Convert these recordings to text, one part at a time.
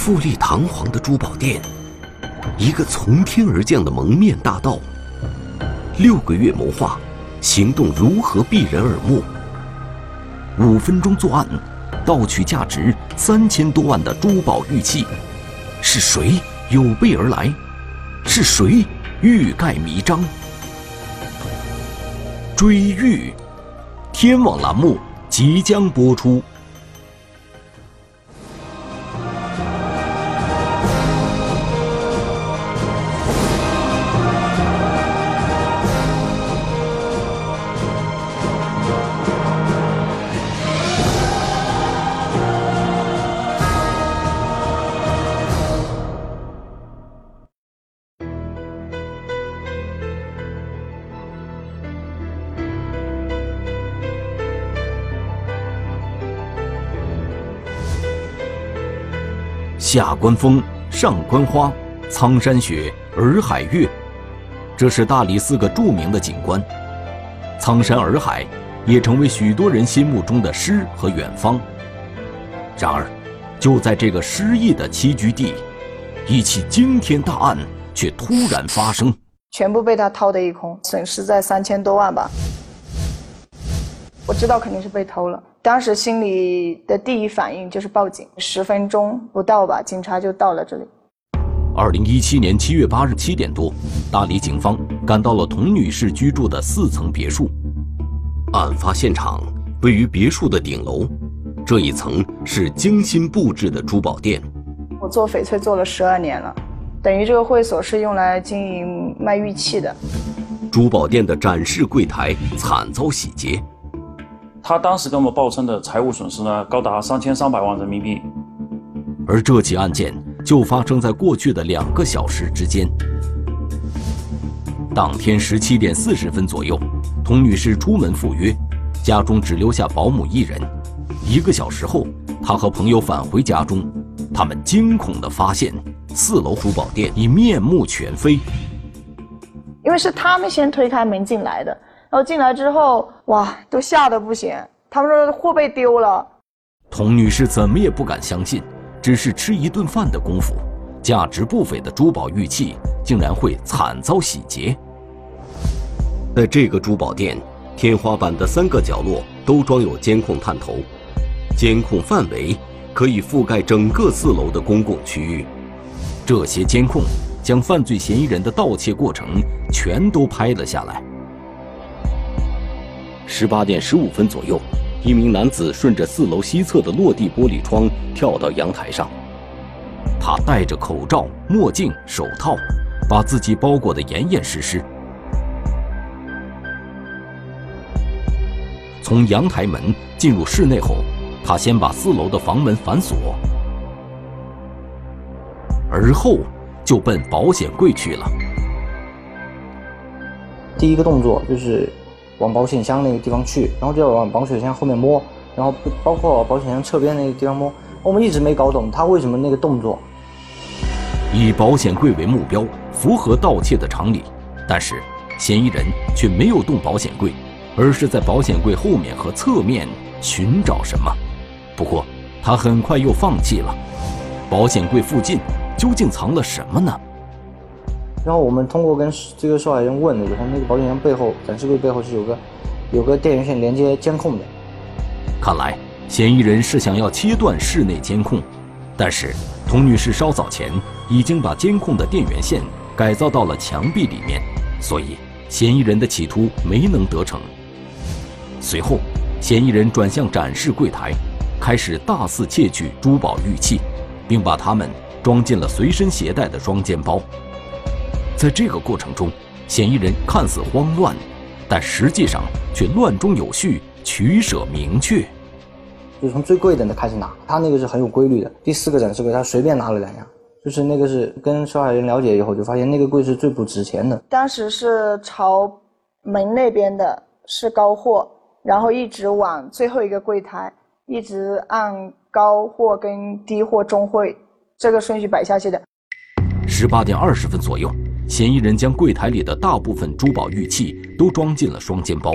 富丽堂皇的珠宝店，一个从天而降的蒙面大盗，6个月谋划，行动如何避人耳目？5分钟作案，盗取价值3000多万的珠宝玉器，是谁有备而来？是谁欲盖弥彰？追狱，天网栏目即将播出。下关风，上关花，苍山雪，洱海月，这是大理4个著名的景观。苍山洱海也成为许多人心目中的诗和远方。然而，就在这个诗意的栖居地，一起惊天大案却突然发生， 全部被他掏得一空，损失在3000多万吧。我知道肯定是被偷了，当时心里的第一反应就是报警，10分钟不到吧，警察就到了这里。 2017年7月8日7点多，大理警方赶到了童女士居住的4层别墅。案发现场位于别墅的顶楼，这一层是精心布置的珠宝店。 我做翡翠做了12年了，等于这个会所是用来经营卖玉器的。 珠宝店的展示柜台惨遭洗劫。 他当时跟我们报称的财务损失呢，高达3300万人民币。 而这起案件就发生在过去的2个小时之间。当天17点40分左右，童女士出门赴约，家中只留下保姆1人。1个小时后，她和朋友返回家中，他们惊恐地发现4楼珠宝店已面目全非。 因为是他们先推开门进来的。然后进来之后，哇，都吓得不行。他们说货被丢了。 童女士怎么也不敢相信，只是吃一顿饭的功夫，价值不菲的珠宝玉器竟然会惨遭洗劫。在这个珠宝店，天花板的3个角落都装有监控探头，监控范围可以覆盖整个4楼的公共区域。这些监控将犯罪嫌疑人的盗窃过程全都拍了下来。18点15分左右，一名男子顺着4楼西侧的落地玻璃窗跳到阳台上。他戴着口罩、墨镜、手套，把自己包裹得严严实实。从阳台门进入室内后，他先把4楼的房门反锁，而后就奔保险柜去了。 第一个动作就是往保险箱那个地方去，然后就要往保险箱后面摸，然后包括保险箱侧边那个地方摸。我们一直没搞懂他为什么那个动作。 以保险柜为目标，符合盗窃的常理，但是嫌疑人却没有动保险柜，而是在保险柜后面和侧面寻找什么。不过他很快又放弃了。保险柜附近究竟藏了什么呢？ 然后我们通过跟这个受害人问了以后，那个保险箱背后、展示柜背后是有个电源线连接监控的。 看来嫌疑人是想要切断室内监控，但是童女士稍早前已经把监控的电源线改造到了墙壁里面，所以嫌疑人的企图没能得逞。随后，嫌疑人转向展示柜台，开始大肆窃取珠宝玉器，并把它们装进了随身携带的双肩包。在这个过程中，嫌疑人看似慌乱，但实际上却乱中有序，取舍明确。 就从最贵的开始拿，他那个是很有规律的。第4个展示柜他随便拿了2样，就是那个是跟受害人了解以后就发现那个柜是最不值钱的。 当时是朝门那边的是高货，然后一直往最后一个柜台，一直按高货跟低货、中货这个顺序摆下去的。 18点20分左右，嫌疑人将柜台里的大部分珠宝玉器都装进了双肩包。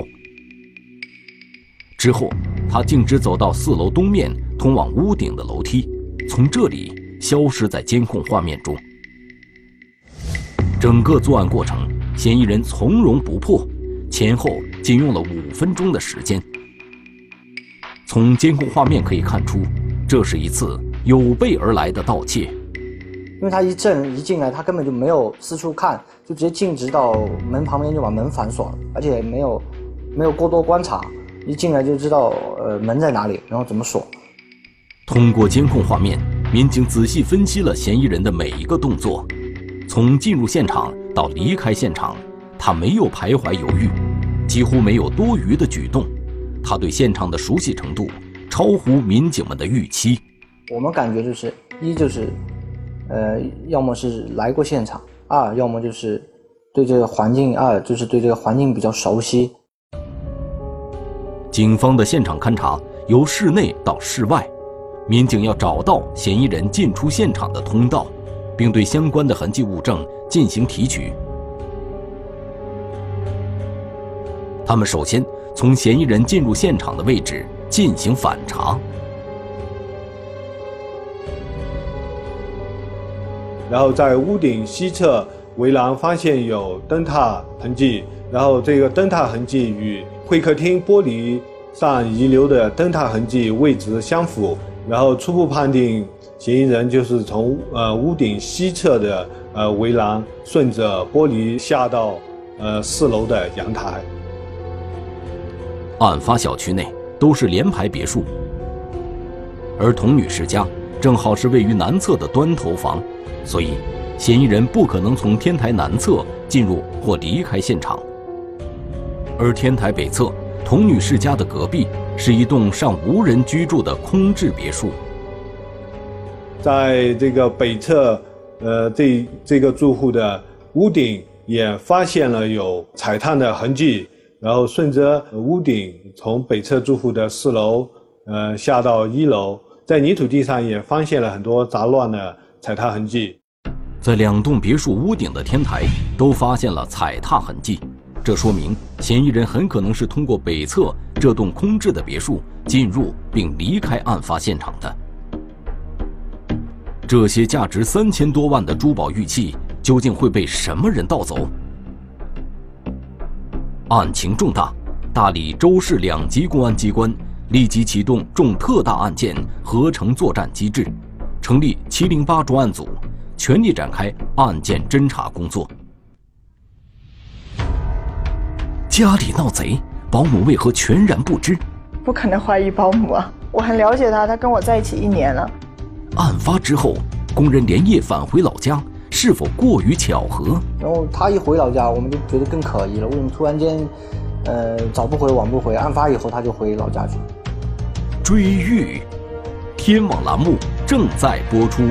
之后，他径直走到4楼东面通往屋顶的楼梯，从这里消失在监控画面中。整个作案过程，嫌疑人从容不迫，前后仅用了5分钟的时间。从监控画面可以看出，这是一次有备而来的盗窃。 因为他一进来，他根本就没有四处看，就直接径直到门旁边就把门反锁了，而且没有过多观察，一进来就知道门在哪里，然后怎么锁。 通过监控画面，民警仔细分析了嫌疑人的每一个动作，从进入现场到离开现场，他没有徘徊犹豫，几乎没有多余的举动。他对现场的熟悉程度超乎民警们的预期。 我们感觉就是要么是来过现场，二要么就是对这个环境，就是对这个环境比较熟悉。 警方的现场勘查由室内到室外，民警要找到嫌疑人进出现场的通道，并对相关的痕迹物证进行提取。他们首先从嫌疑人进入现场的位置进行反查。 然后在屋顶西侧围栏发现有灯塔痕迹，然后这个灯塔痕迹与会客厅玻璃上遗留的灯塔痕迹位置相符，然后初步判定嫌疑人就是从屋顶西侧的围栏顺着玻璃下到4楼的阳台。 案发小区内都是联排别墅，而童女士家正好是位于南侧的端头房，所以嫌疑人不可能从天台南侧进入或离开现场。而天台北侧童女士家的隔壁是一栋尚无人居住的空置别墅。 在这个北侧这个住户的屋顶也发现了有踩踏的痕迹，然后顺着屋顶从北侧住户的4楼下到1楼，在泥土地上也发现了很多杂乱的踩踏痕迹。 在2栋别墅屋顶的天台都发现了踩踏痕迹，这说明嫌疑人很可能是通过北侧这栋空置的别墅进入并离开案发现场的。这些价值3000多万的珠宝玉器究竟会被什么人盗走？案情重大，大理、州市2级公安机关立即启动重特大案件合成作战机制，成立708专案组，全力展开案件侦查工作。家里闹贼，保姆为何全然不知？ 不可能怀疑保姆啊！我很了解他，他跟我在一起1年了。 案发之后，工人连夜返回老家，是否过于巧合？ 然后他一回老家，我们就觉得更可疑了。为什么突然间，早不回晚不回？案发以后他就回老家去。 追狱，天网栏目正在播出。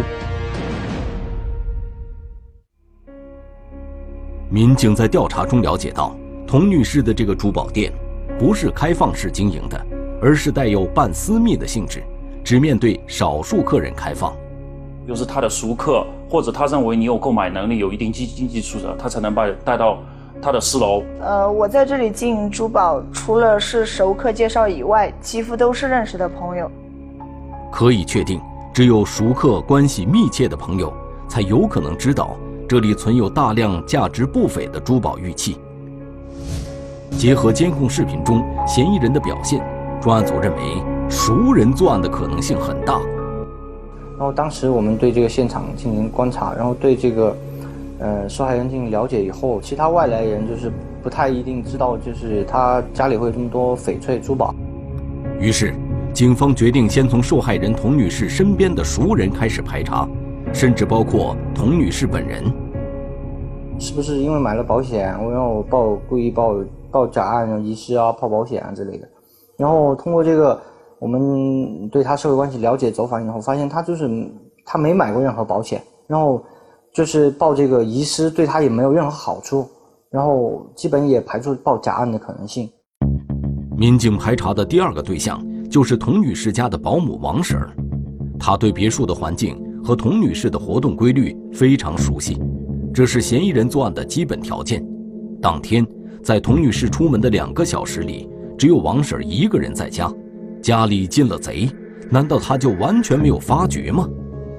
民警在调查中了解到，童女士的这个珠宝店不是开放式经营的，而是带有半私密的性质，只面对少数客人开放。 就是他的熟客，或者他认为你有购买能力、有一定经济基础的，他才能把你带到他的4楼。 我在这里经营珠宝，除了是熟客介绍以外，几乎都是认识的朋友。 可以确定，只有熟客关系密切的朋友，才有可能知道这里存有大量价值不菲的珠宝玉器。结合监控视频中嫌疑人的表现，专案组认为熟人作案的可能性很大。 然后当时我们对这个现场进行观察，然后对这个受害人进行了解以后，其他外来人就是不太一定知道，就是他家里会有这么多翡翠珠宝。 于是警方决定先从受害人童女士身边的熟人开始排查，甚至包括童女士本人。 是不是因为买了保险，然后故意报假案、遗失啊、泡保险啊之类的？然后通过这个，我们对他社会关系了解走访以后，发现他没买过任何保险，然后就是报这个遗失对他也没有任何好处，然后基本也排除报假案的可能性。 民警排查的第2个对象就是童女士家的保姆王婶儿，她对别墅的环境和童女士的活动规律非常熟悉，这是嫌疑人作案的基本条件。当天，在童女士出门的2个小时里，只有王婶一个人在家，家里进了贼，难道她就完全没有发觉吗？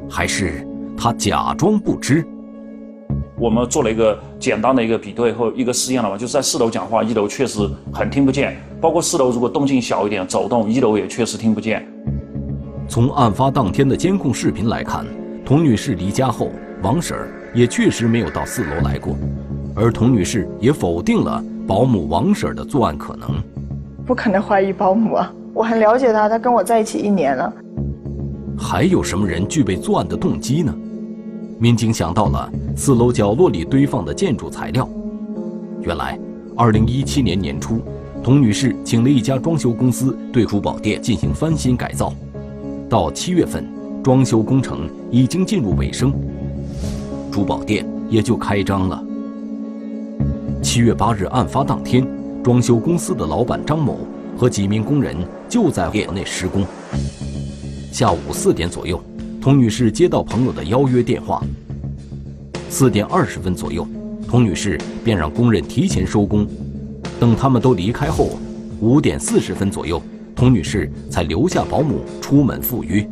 还是他假装不知？ 我们做了一个简单的一个比对和一个试验了嘛，就是在4楼讲话，1楼确实很听不见，包括4楼如果动静小一点走动，1楼也确实听不见。 从案发当天的监控视频来看，童女士离家后，王婶儿也确实没有到4楼来过，而童女士也否定了保姆王婶儿的作案可能。 不可能怀疑保姆啊，我很了解她，她跟我在一起1年了。 还有什么人具备作案的动机呢？民警想到了4楼角落里堆放的建筑材料。原来2017年年初，童女士请了一家装修公司对珠宝店进行翻新改造，到7月份，装修工程已经进入尾声，珠宝店也就开张了。7月8日案发当天，装修公司的老板张某和几名工人就在店内施工。下午4点左右，童女士接到朋友的邀约电话。4点20分左右，童女士便让工人提前收工。等他们都离开后，5点40分左右，童女士才留下保姆出门赴约。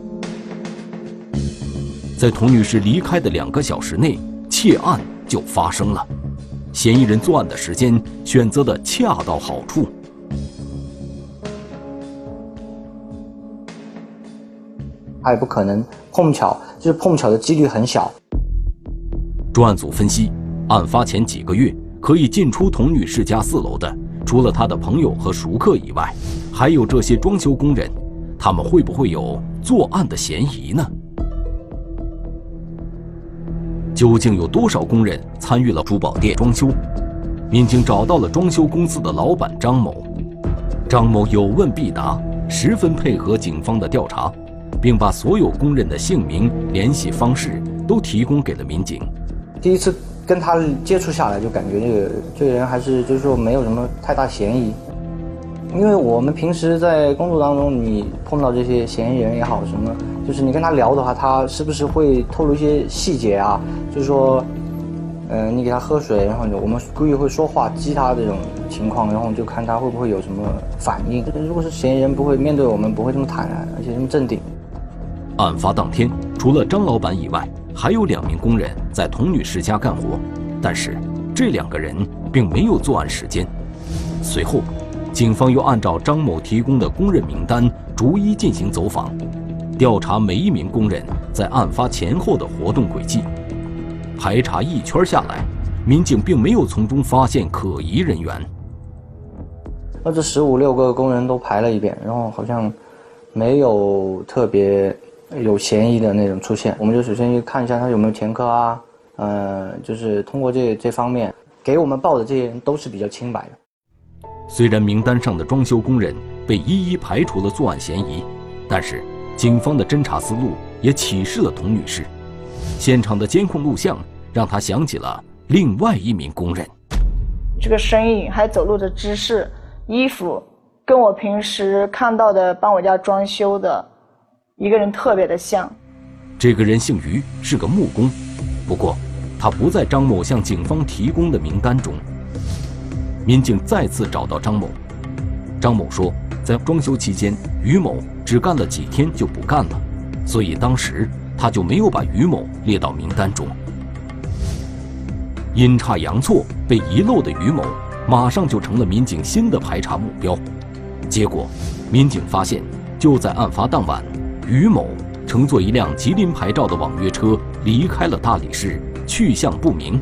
在童女士离开的2个小时内，窃案就发生了。嫌疑人作案的时间选择的恰到好处。 他也不可能碰巧，就是碰巧的几率很小。 专案组分析，案发前几个月可以进出童女士家4楼的，除了她的朋友和熟客以外，还有这些装修工人，他们会不会有作案的嫌疑呢？究竟有多少工人参与了珠宝店装修？民警找到了装修公司的老板张某。张某有问必答，十分配合警方的调查，并把所有工人的姓名、联系方式都提供给了民警。 第一次跟他接触下来，就感觉这个人还是就是说没有什么太大嫌疑。因为我们平时在工作当中，你碰到这些嫌疑人也好，什么，就是你跟他聊的话，他是不是会透露一些细节啊？就是说，你给他喝水，然后我们故意会说话激他这种情况，然后就看他会不会有什么反应。如果是嫌疑人，不会面对我们，不会这么坦然，而且这么镇定。 案发当天，除了张老板以外，还有2名工人在童女士家干活，但是这2个人并没有作案时间。随后，警方又按照张某提供的工人名单逐一进行走访，调查每一名工人在案发前后的活动轨迹。排查一圈下来，民警并没有从中发现可疑人员。 那这15、16个工人都排了一遍，然后好像没有特别有嫌疑的那种出现。我们就首先去看一下他有没有前科啊，就是通过这方面给我们报的这些人都是比较清白的。 虽然名单上的装修工人被一一排除了作案嫌疑，但是警方的侦查思路也启示了童女士。现场的监控录像让她想起了另外一名工人。 这个身影还走路的姿势、衣服，跟我平时看到的帮我家装修的一个人特别的像。 这个人姓于，是个木工，不过他不在张某向警方提供的名单中。民警再次找到张某，张某说，在装修期间，于某只干了几天就不干了，所以当时他就没有把于某列到名单中。阴差阳错被遗漏的于某，马上就成了民警新的排查目标。结果，民警发现，就在案发当晚，于某乘坐一辆吉林牌照的网约车离开了大理市，去向不明。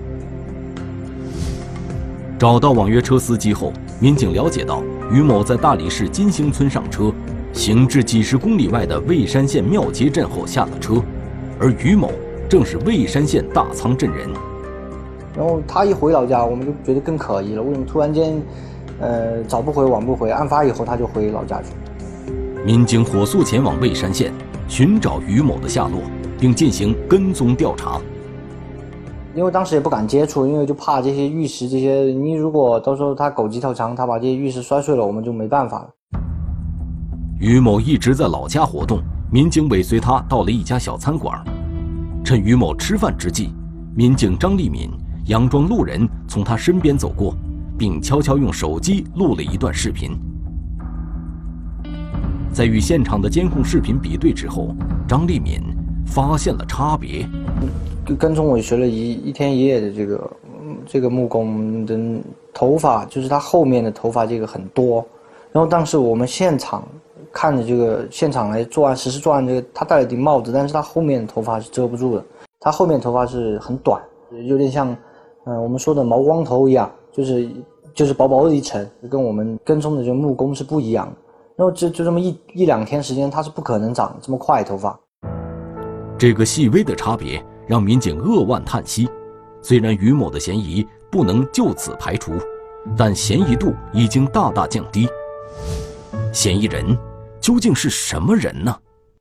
找到网约车司机后，民警了解到于某在大理市金星村上车，行至几十公里外的蔚山县庙街镇后下了车，而于某正是蔚山县大仓镇人。 然后他一回老家，我们就觉得更可疑了，为什么突然间，早不回晚不回？案发以后他就回老家去。 民警火速前往蔚山县，寻找于某的下落，并进行跟踪调查。 因为当时也不敢接触，因为就怕这些玉石这些，你如果到时候他狗急跳墙，他把这些玉石摔碎了，我们就没办法了。 于某一直在老家活动，民警尾随他到了一家小餐馆。趁于某吃饭之际，民警张立敏佯装路人从他身边走过，并悄悄用手机录了一段视频。在与现场的监控视频比对之后，张立敏发现了差别。 跟踪我学了一天一夜的这个木工的头发，就是他后面的头发这个很多。然后当时我们现场看着这个现场来实施作案，这个他戴了顶帽子，但是他后面的头发是遮不住的，他后面头发是很短，有点像我们说的毛光头一样，就是薄薄的一层，跟我们跟踪的这个木工是不一样的。然后就这么一两天时间，他是不可能长这么快头发。 这个细微的差别让民警扼腕叹息。虽然于某的嫌疑不能就此排除，但嫌疑度已经大大降低。嫌疑人究竟是什么人呢？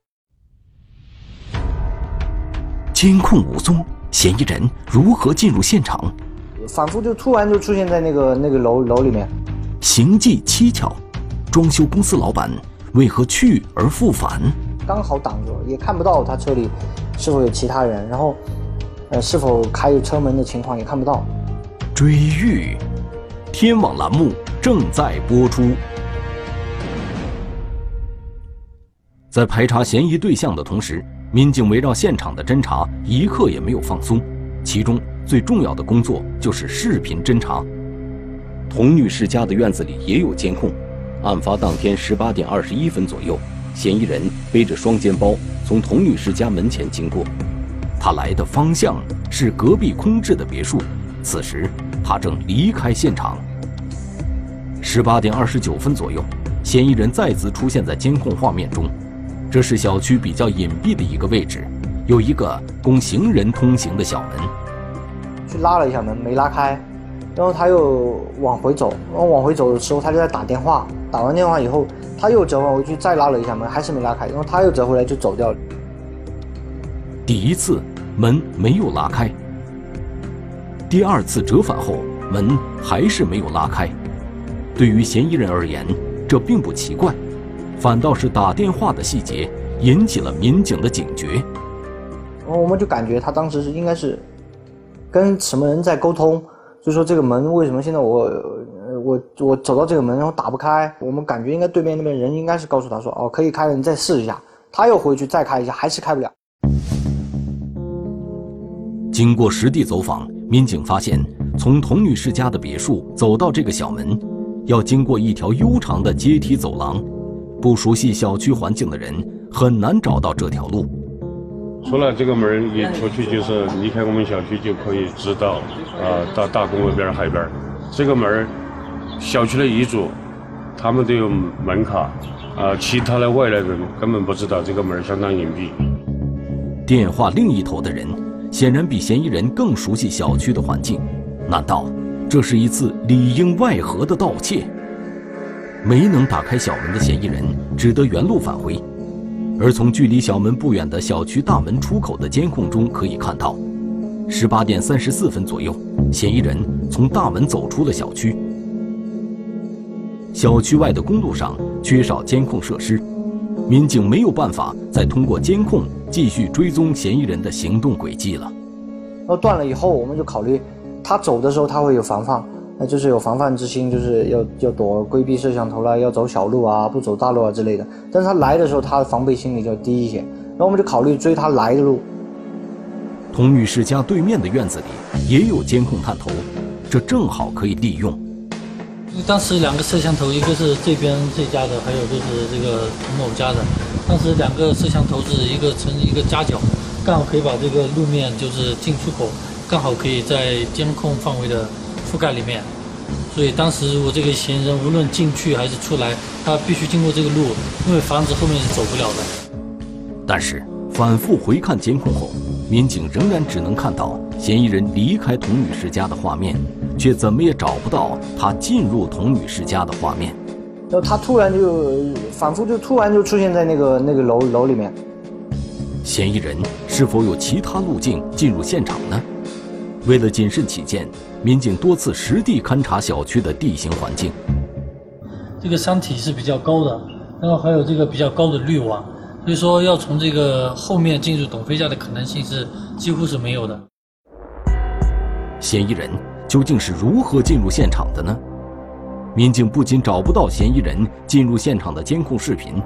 监控无踪，嫌疑人如何进入现场？ 反复就突然就出现在那个楼里面。 行迹蹊跷，装修公司老板为何去而复返？ 刚好挡住，也看不到他车里是否有其他人，然后是否开车门的情况也看不到。 追狱，天网栏目正在播出。在排查嫌疑对象的同时，民警围绕现场的侦查一刻也没有放松，其中最重要的工作就是视频侦查。童女士家的院子里也有监控，案发当天18点21分左右，嫌疑人背着双肩包从童女士家门前经过，他来的方向是隔壁空置的别墅，此时他正离开现场。18点29分左右，嫌疑人再次出现在监控画面中。这是小区比较隐蔽的一个位置，有一个供行人通行的小门。 去拉了一下门，没拉开，然后他又往回走，然后往回走的时候他就在打电话，打完电话以后他又折返回去再拉了一下门，还是没拉开，然后他又折回来就走掉了。 第一次门没有拉开，第二次折返后门还是没有拉开。对于嫌疑人而言，这并不奇怪，反倒是打电话的细节引起了民警的警觉。 然后我们就感觉他当时应该是跟什么人在沟通，就说这个门为什么现在我走到这个门然后打不开，我们感觉应该对面那边人应该是告诉他说哦可以开了，你再试一下。他又回去再开一下，还是开不了。 经过实地走访，民警发现从童女士家的别墅走到这个小门，要经过一条悠长的阶梯走廊，不熟悉小区环境的人很难找到这条路。 出了这个门一出去就是离开我们小区就可以知道到大公路边海边。这个门小区的遗嘱他们都有门卡其他的外来人根本不知道，这个门相当隐蔽。 电话另一头的人显然比嫌疑人更熟悉小区的环境，难道这是一次里应外合的盗窃？没能打开小门的嫌疑人只得原路返回。而从距离小门不远的小区大门出口的监控中可以看到，18点34分左右，嫌疑人从大门走出了小区。小区外的公路上缺少监控设施，民警没有办法再通过监控继续追踪嫌疑人的行动轨迹了。 然后断了以后，我们就考虑他走的时候他会有防范，那就是有防范之心，就是要躲规避摄像头啦，要走小路啊，不走大路啊之类的。但是他来的时候，他的防备心理就低一些。然后我们就考虑追他来的路。 童女士家对面的院子里也有监控探头，这正好可以利用。 当时2个摄像头，一个是这边这家的，还有就是这个童某家的。当时2个摄像头是一个成一个夹角，刚好可以把这个路面就是进出口刚好可以在监控范围的覆盖里面。所以当时我这个嫌疑人无论进去还是出来，他必须经过这个路，因为房子后面是走不了的。 但是反复回看监控后，民警仍然只能看到嫌疑人离开童女士家的画面，却怎么也找不到他进入童女士家的画面。 然后他突然就反复就突然就出现在那个楼里面。 嫌疑人是否有其他路径进入现场呢？为了谨慎起见，民警多次实地勘察小区的地形环境。 这个山体是比较高的，然后还有这个比较高的滤网，所以说要从这个后面进入董飞家的可能性是几乎是没有的。 嫌疑人究竟是如何进入现场的呢？民警不仅找不到嫌疑人进入现场的监控视频，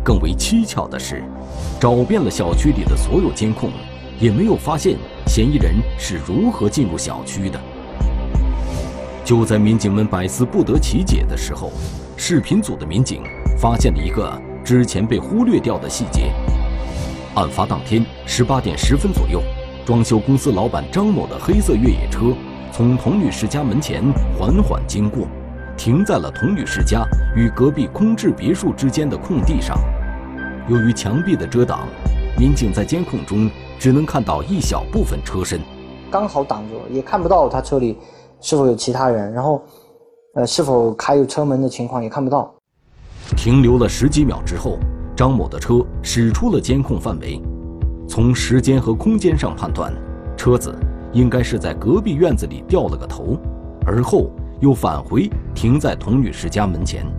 更为蹊跷的是，找遍了小区里的所有监控，也没有发现嫌疑人是如何进入小区的。就在民警们百思不得其解的时候，视频组的民警发现了一个之前被忽略掉的细节。案发当天18点10分左右，装修公司老板张某的黑色越野车从童女士家门前缓缓经过，停在了童女士家与隔壁空置别墅之间的空地上。由于墙壁的遮挡，民警在监控中只能看到一小部分车身， 刚好挡住，也看不到他车里是否有其他人，然后是否开有车门的情况也看不到。 停留了10几秒之后，张某的车驶出了监控范围。从时间和空间上判断，车子应该是在隔壁院子里掉了个头，而后又返回停在童女士家门前。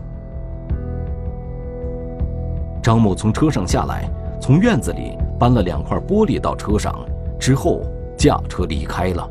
张某从车上下来，从院子里搬了2块玻璃到车上，之后驾车离开了。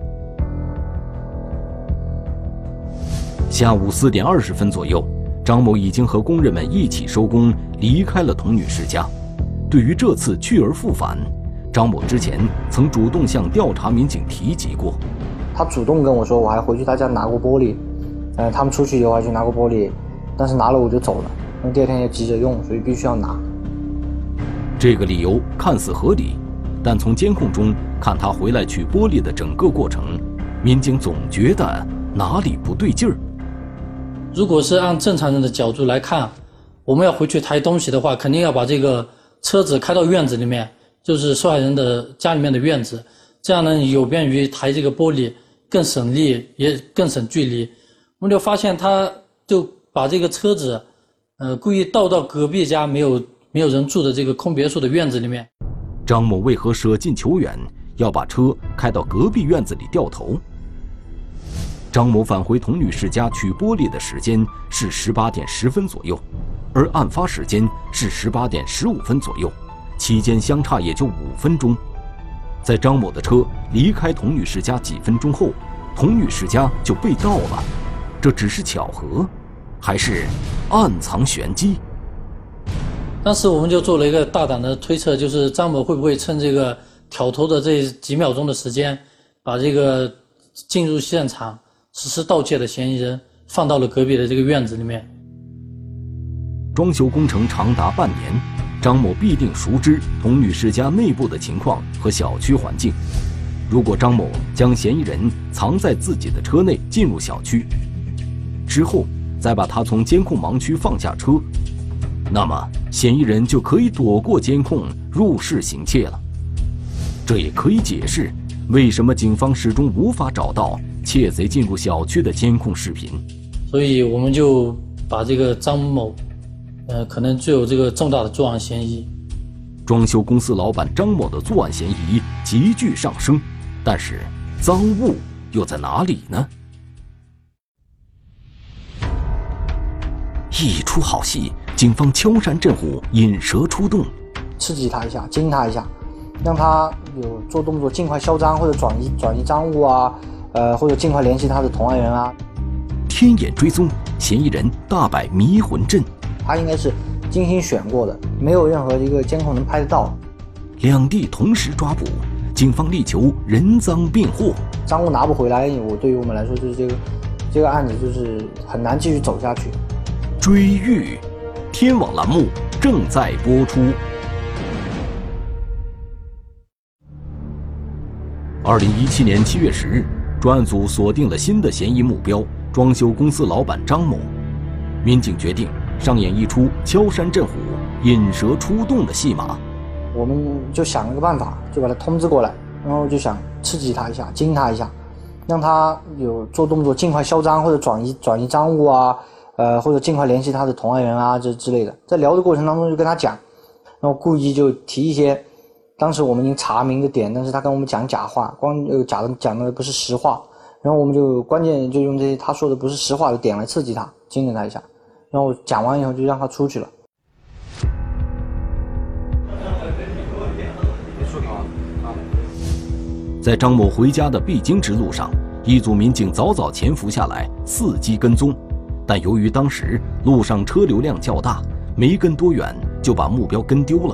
下午4点20分左右，张某已经和工人们一起收工，离开了童女士家。对于这次去而复返，张某之前曾主动向调查民警提及过。 他主动跟我说，我还回去他家拿过玻璃，他们出去以后还去拿过玻璃，但是拿了我就走了，因为第二天也急着用，所以必须要拿。 这个理由看似合理，但从监控中看他回来取玻璃的整个过程，民警总觉得哪里不对劲儿。 如果是按正常人的角度来看，我们要回去抬东西的话，肯定要把这个车子开到院子里面，就是受害人的家里面的院子，这样呢有便于抬这个玻璃，更省力也更省距离。我们就发现他就把这个车子故意倒到隔壁家没有人住的这个空别墅的院子里面。 张某为何舍近求远，要把车开到隔壁院子里掉头？张某返回童女士家取玻璃的时间是18点10分左右，而案发时间是18点15分左右，期间相差也就5分钟。在张某的车离开童女士家几分钟后，童女士家就被盗了。这只是巧合，还是暗藏玄机？ 当时我们就做了一个大胆的推测，就是张某会不会趁这个挑头的这几秒钟的时间，把这个进入现场实施盗窃的嫌疑人放到了隔壁的这个院子里面。 装修工程长达半年，张某必定熟知童女士家内部的情况和小区环境。如果张某将嫌疑人藏在自己的车内进入小区，之后再把他从监控盲区放下车，那么嫌疑人就可以躲过监控入室行窃了。这也可以解释为什么警方始终无法找到窃贼进入小区的监控视频。 所以我们就把这个张某可能具有这个重大的作案嫌疑。 装修公司老板张某的作案嫌疑急剧上升，但是赃物又在哪里呢？一出好戏，警方敲山震虎，引蛇出洞， 刺激他一下，惊他一下，让他有做动作尽快销赃或者转移赃物啊，或者尽快联系他的同案人啊。 天眼追踪，嫌疑人大摆迷魂阵。 他应该是精心选过的，没有任何一个监控能拍得到。 两地同时抓捕，警方力求人赃并获。 赃物拿不回来，对于我们来说，就是这个案子就是很难继续走下去。 追狱，天网栏目正在播出。2017年7月10日，专案组锁定了新的嫌疑目标——装修公司老板张某。民警决定上演一出敲山震虎、引蛇出洞的戏码。 我们就想了个办法，就把他通知过来，然后就想刺激他一下，惊他一下，让他有做动作尽快销赃或者转移赃物啊，或者尽快联系他的同案人啊，这之类的。在聊的过程当中就跟他讲，然后故意就提一些当时我们已经查明的点，但是他跟我们讲假话，讲的不是实话，然后我们就关键就用这些他说的不是实话的点来刺激他，惊了他一下，然后讲完以后就让他出去了。 在张某回家的必经之路上，一组民警早潜伏下来，伺机跟踪。但由于当时路上车流量较大，没跟多远， 就把目标跟丢了。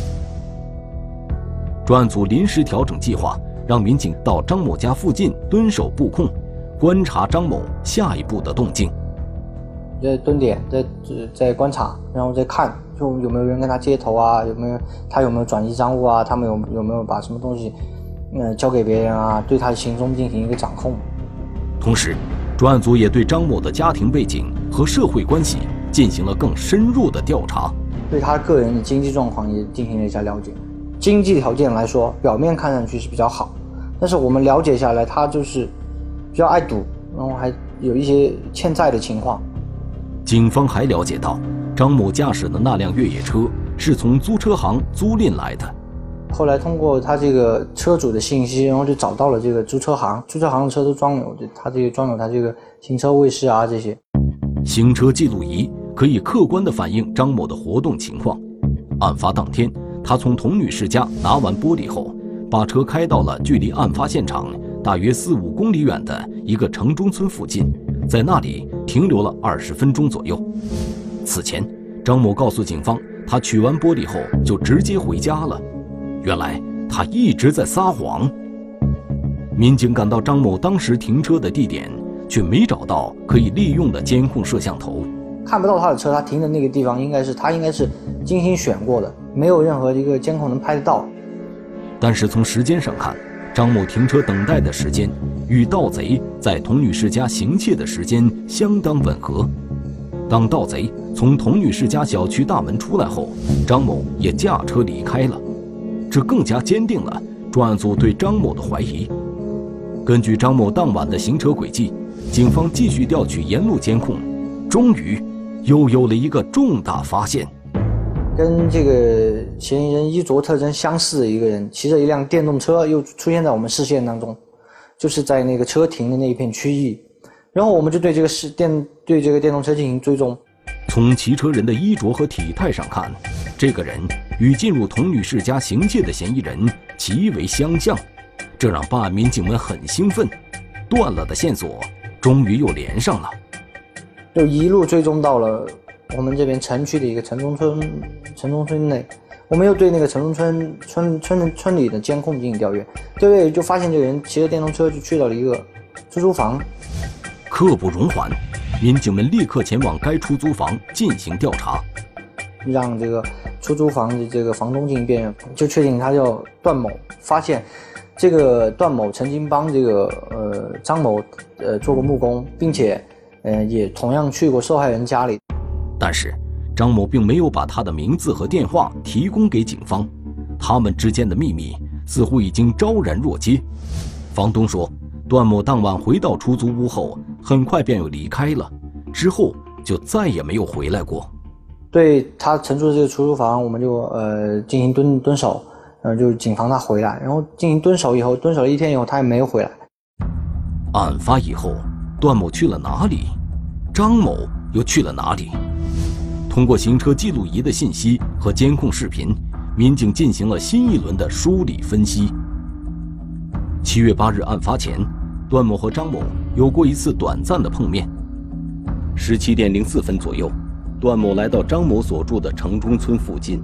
专案组临时调整计划，让民警到张某家附近蹲守布控，观察张某下一步的动静。 在蹲点，在观察，然后再看，就有没有人跟他接头啊，他有没有转移赃物啊，他们有没有把什么东西，交给别人啊，对他的行踪进行一个掌控。 同时，专案组也对张某的家庭背景和社会关系进行了更深入的调查， 对他个人的经济状况也进行了一下了解。经济条件来说，表面看上去是比较好，但是我们了解下来，他就是比较爱赌，然后还有一些欠债的情况。 警方还了解到，张某驾驶的那辆越野车是从租车行租赁来的。 后来通过他这个车主的信息，然后就找到了这个租车行，租车行的车都装有他这个行车卫士啊这些。 行车记录仪可以客观地反映张某的活动情况。案发当天，他从童女士家拿完玻璃后，把车开到了距离案发现场大约4-5公里远的一个城中村附近，在那里停留了20分钟左右。此前，张某告诉警方，他取完玻璃后就直接回家了。原来他一直在撒谎。民警赶到张某当时停车的地点，却没找到可以利用的监控摄像头。 看不到他的车，他停的那个地方应该是精心选过的，没有任何一个监控能拍得到。 但是从时间上看，张某停车等待的时间与盗贼在童女士家行窃的时间相当吻合。当盗贼从童女士家小区大门出来后，张某也驾车离开了，这更加坚定了专案组对张某的怀疑。根据张某当晚的行车轨迹，警方继续调取沿路监控，终于又有了一个重大发现。 跟这个嫌疑人衣着特征相似的一个人，骑着一辆电动车又出现在我们视线当中，就是在那个车停的那一片区域。然后我们就对这个电动车进行追踪。 从骑车人的衣着和体态上看，这个人与进入童女士家行窃的嫌疑人极为相像，这让办案民警们很兴奋。断了的线索终于又连上了， 就一路追踪到了我们这边城区的一个城中村内。我们又对那个城中村里的监控进行调阅，就发现这个人骑着电动车就去到了一个出租房。 刻不容缓，民警们立刻前往该出租房进行调查， 让这个出租房的这个房东进行辨认，就确定他叫段某。发现这个段某曾经帮这个张某做过木工，并且也同样去过受害人家里。 但是张某并没有把他的名字和电话提供给警方，他们之间的秘密似乎已经昭然若揭。房东说，段某当晚回到出租屋后，很快便又离开了，之后就再也没有回来过。 对他承租的这个出租房，我们就进行蹲守，就谨防他回来。然后进行蹲守以后，蹲守了1天以后，他也没有回来。 案发以后，段某去了哪里？张某又去了哪里？通过行车记录仪的信息和监控视频，民警进行了新一轮的梳理分析。7月8日案发前，段某和张某有过一次短暂的碰面。17点04分左右，段某来到张某所住的城中村附近，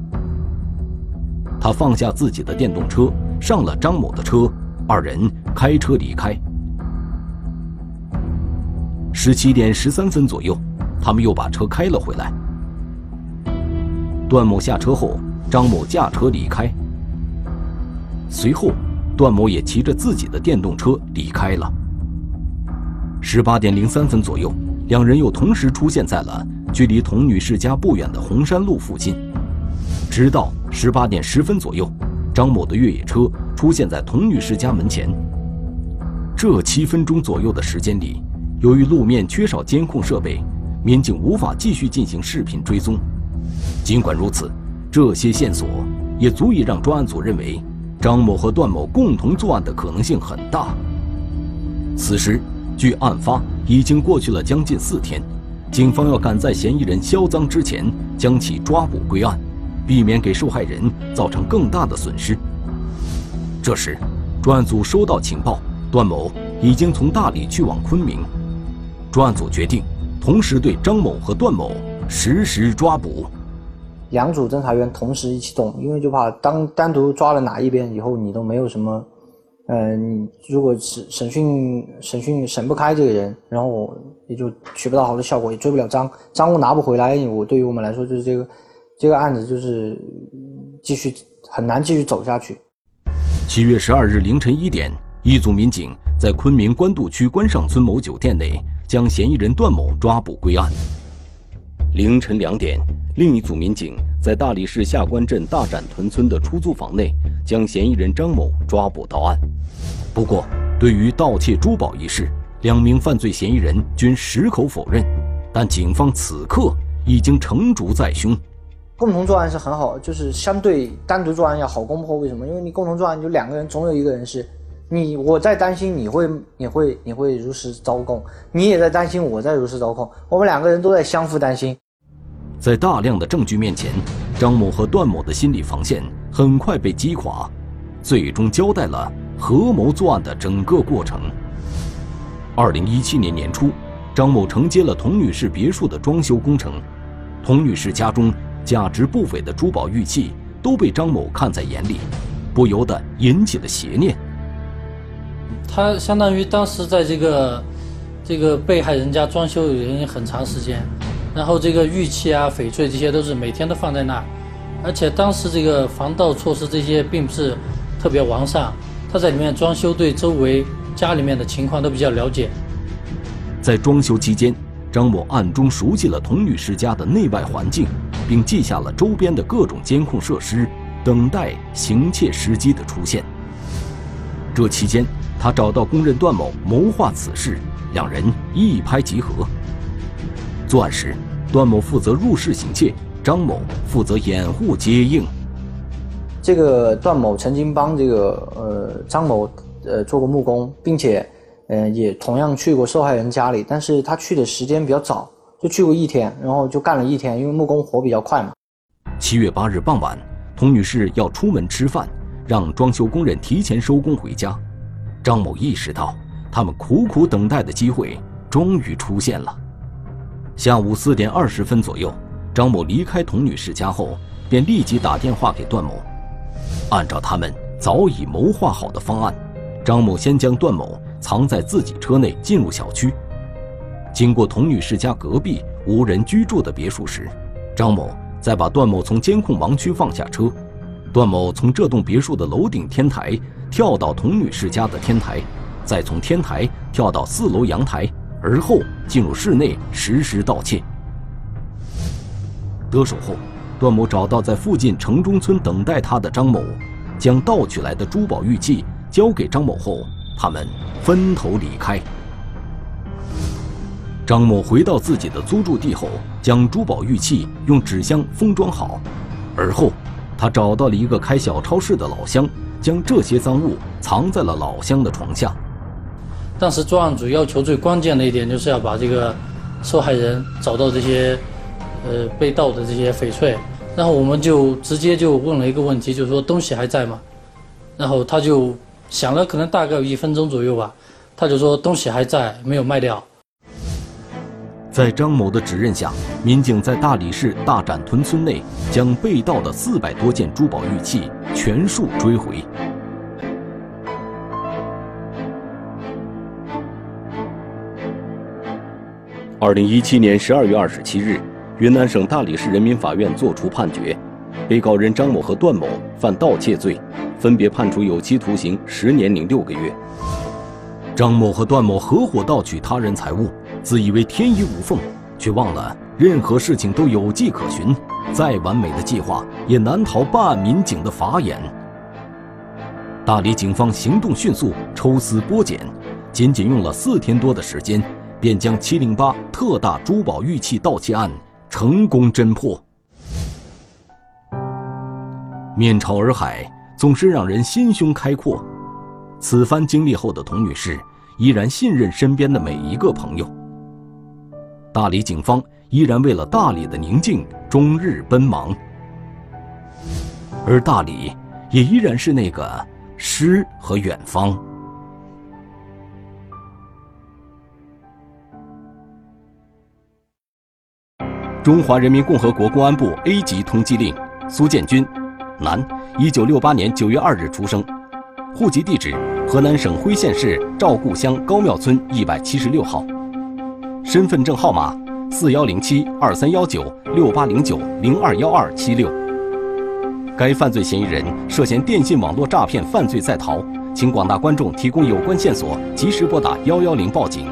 他放下自己的电动车，上了张某的车，二人开车离开。17点13分左右，他们又把车开了回来。段某下车后，张某驾车离开。随后，段某也骑着自己的电动车离开了。18点03分左右，两人又同时出现在了距离童女士家不远的红山路附近。直到18点10分左右，张某的越野车出现在童女士家门前。这7分钟左右的时间里，由于路面缺少监控设备，民警无法继续进行视频追踪。尽管如此，这些线索也足以让专案组认为张某和段某共同作案的可能性很大。此时，距案发已经过去了将近4天，警方要赶在嫌疑人销赃之前将其抓捕归案，避免给受害人造成更大的损失。这时，专案组收到情报，段某已经从大理去往昆明。专案组决定同时对张某和段某实施抓捕。 2组侦查员同时一起动，因为就怕单独抓了哪一边以后，你都没有什么，你如果审审不开这个人，然后也就取不到好的效果，也追不了赃物拿不回来，对于我们来说就是这个案子就是很难继续走下去。 7月12日凌晨1点，一组民警在昆明官渡区关上村某酒店内将嫌疑人段某抓捕归案。凌晨2点，另一组民警在大理市下关镇大展屯村的出租房内将嫌疑人张某抓捕到案。不过，对于盗窃珠宝一事，2名犯罪嫌疑人均矢口否认，但警方此刻已经成竹在胸。 共同作案是很好，就是相对单独作案要好攻破。为什么？因为你共同作案就2个人，总有一个人是我在担心你会如实招供，你也在担心我在如实招供，我们2个人都在相互担心。 在大量的证据面前，张某和段某的心理防线很快被击垮，最终交代了合谋作案的整个过程。2017年年初，张某承接了童女士别墅的装修工程，童女士家中价值不菲的珠宝玉器都被张某看在眼里，不由得引起了邪念。 他相当于当时在这个被害人家装修已经很长时间，然后这个玉器啊、翡翠这些都是每天都放在那儿，而且当时这个防盗措施这些并不是特别完善，他在里面装修，对周围家里面的情况都比较了解。 在装修期间，张某暗中熟悉了童女士家的内外环境，并记下了周边的各种监控设施，等待行窃时机的出现。这期间，他找到供认段某谋划此事，2人一拍即合。作案时，段某负责入室行窃，张某负责掩护接应。 这个段某曾经帮这个张某做过木工，并且也同样去过受害人家里，但是他去的时间比较早，就去过1天，然后就干了1天，因为木工活比较快嘛。 7月8日傍晚，童女士要出门吃饭，让装修工人提前收工回家。张某意识到，他们苦苦等待的机会终于出现了。下午4点20分左右，张某离开童女士家后，便立即打电话给段某。按照他们早已谋划好的方案，张某先将段某藏在自己车内进入小区。经过童女士家隔壁无人居住的别墅时，张某再把段某从监控盲区放下车。段某从这栋别墅的楼顶天台跳到童女士家的天台，再从天台跳到4楼阳台，而后进入室内实施盗窃。得手后，段某找到在附近城中村等待他的张某，将盗取来的珠宝玉器交给张某后，他们分头离开。张某回到自己的租住地后，将珠宝玉器用纸箱封装好，而后他找到了一个开小超市的老乡，将这些赃物藏在了老乡的床下。 当时专案组要求最关键的一点就是要把这个受害人找到这些被盗的这些翡翠，然后我们就直接就问了一个问题，就是说东西还在吗？然后他就想了可能大概有1分钟左右吧，他就说东西还在，没有卖掉。 在张某的指认下，民警在大理市大展屯村内将被盗的400多件珠宝玉器全数追回。2017年12月27日，云南省大理市人民法院作出判决，被告人张某和段某犯盗窃罪，分别判处有期徒刑10年零6个月。张某和段某合伙盗取他人财物，自以为天衣无缝，却忘了任何事情都有迹可循，再完美的计划也难逃办案民警的法眼。大理警方行动迅速，抽丝剥茧，仅仅用了4天多的时间，便将708特大珠宝玉器盗窃案成功侦破。面朝洱海，总是让人心胸开阔。此番经历后的童女士依然信任身边的每一个朋友。大理警方依然为了大理的宁静终日奔忙，而大理也依然是那个诗和远方。 中华人民共和国公安部 A 级通缉令：苏建军，男，1968年9月2日出生，户籍地址河南省辉县市赵固乡高庙村176号，身份证号码410723196809021276。该犯罪嫌疑人涉嫌电信网络诈骗犯罪在逃，请广大观众提供有关线索，及时拨打110报警。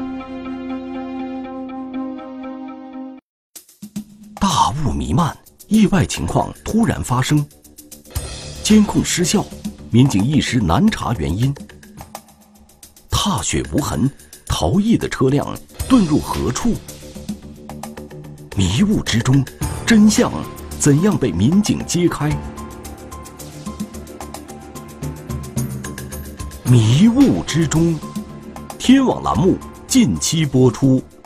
大雾弥漫，意外情况突然发生，监控失效，民警一时难查原因。踏雪无痕，逃逸的车辆遁入何处？迷雾之中，真相怎样被民警揭开？迷雾之中，天网栏目近期播出。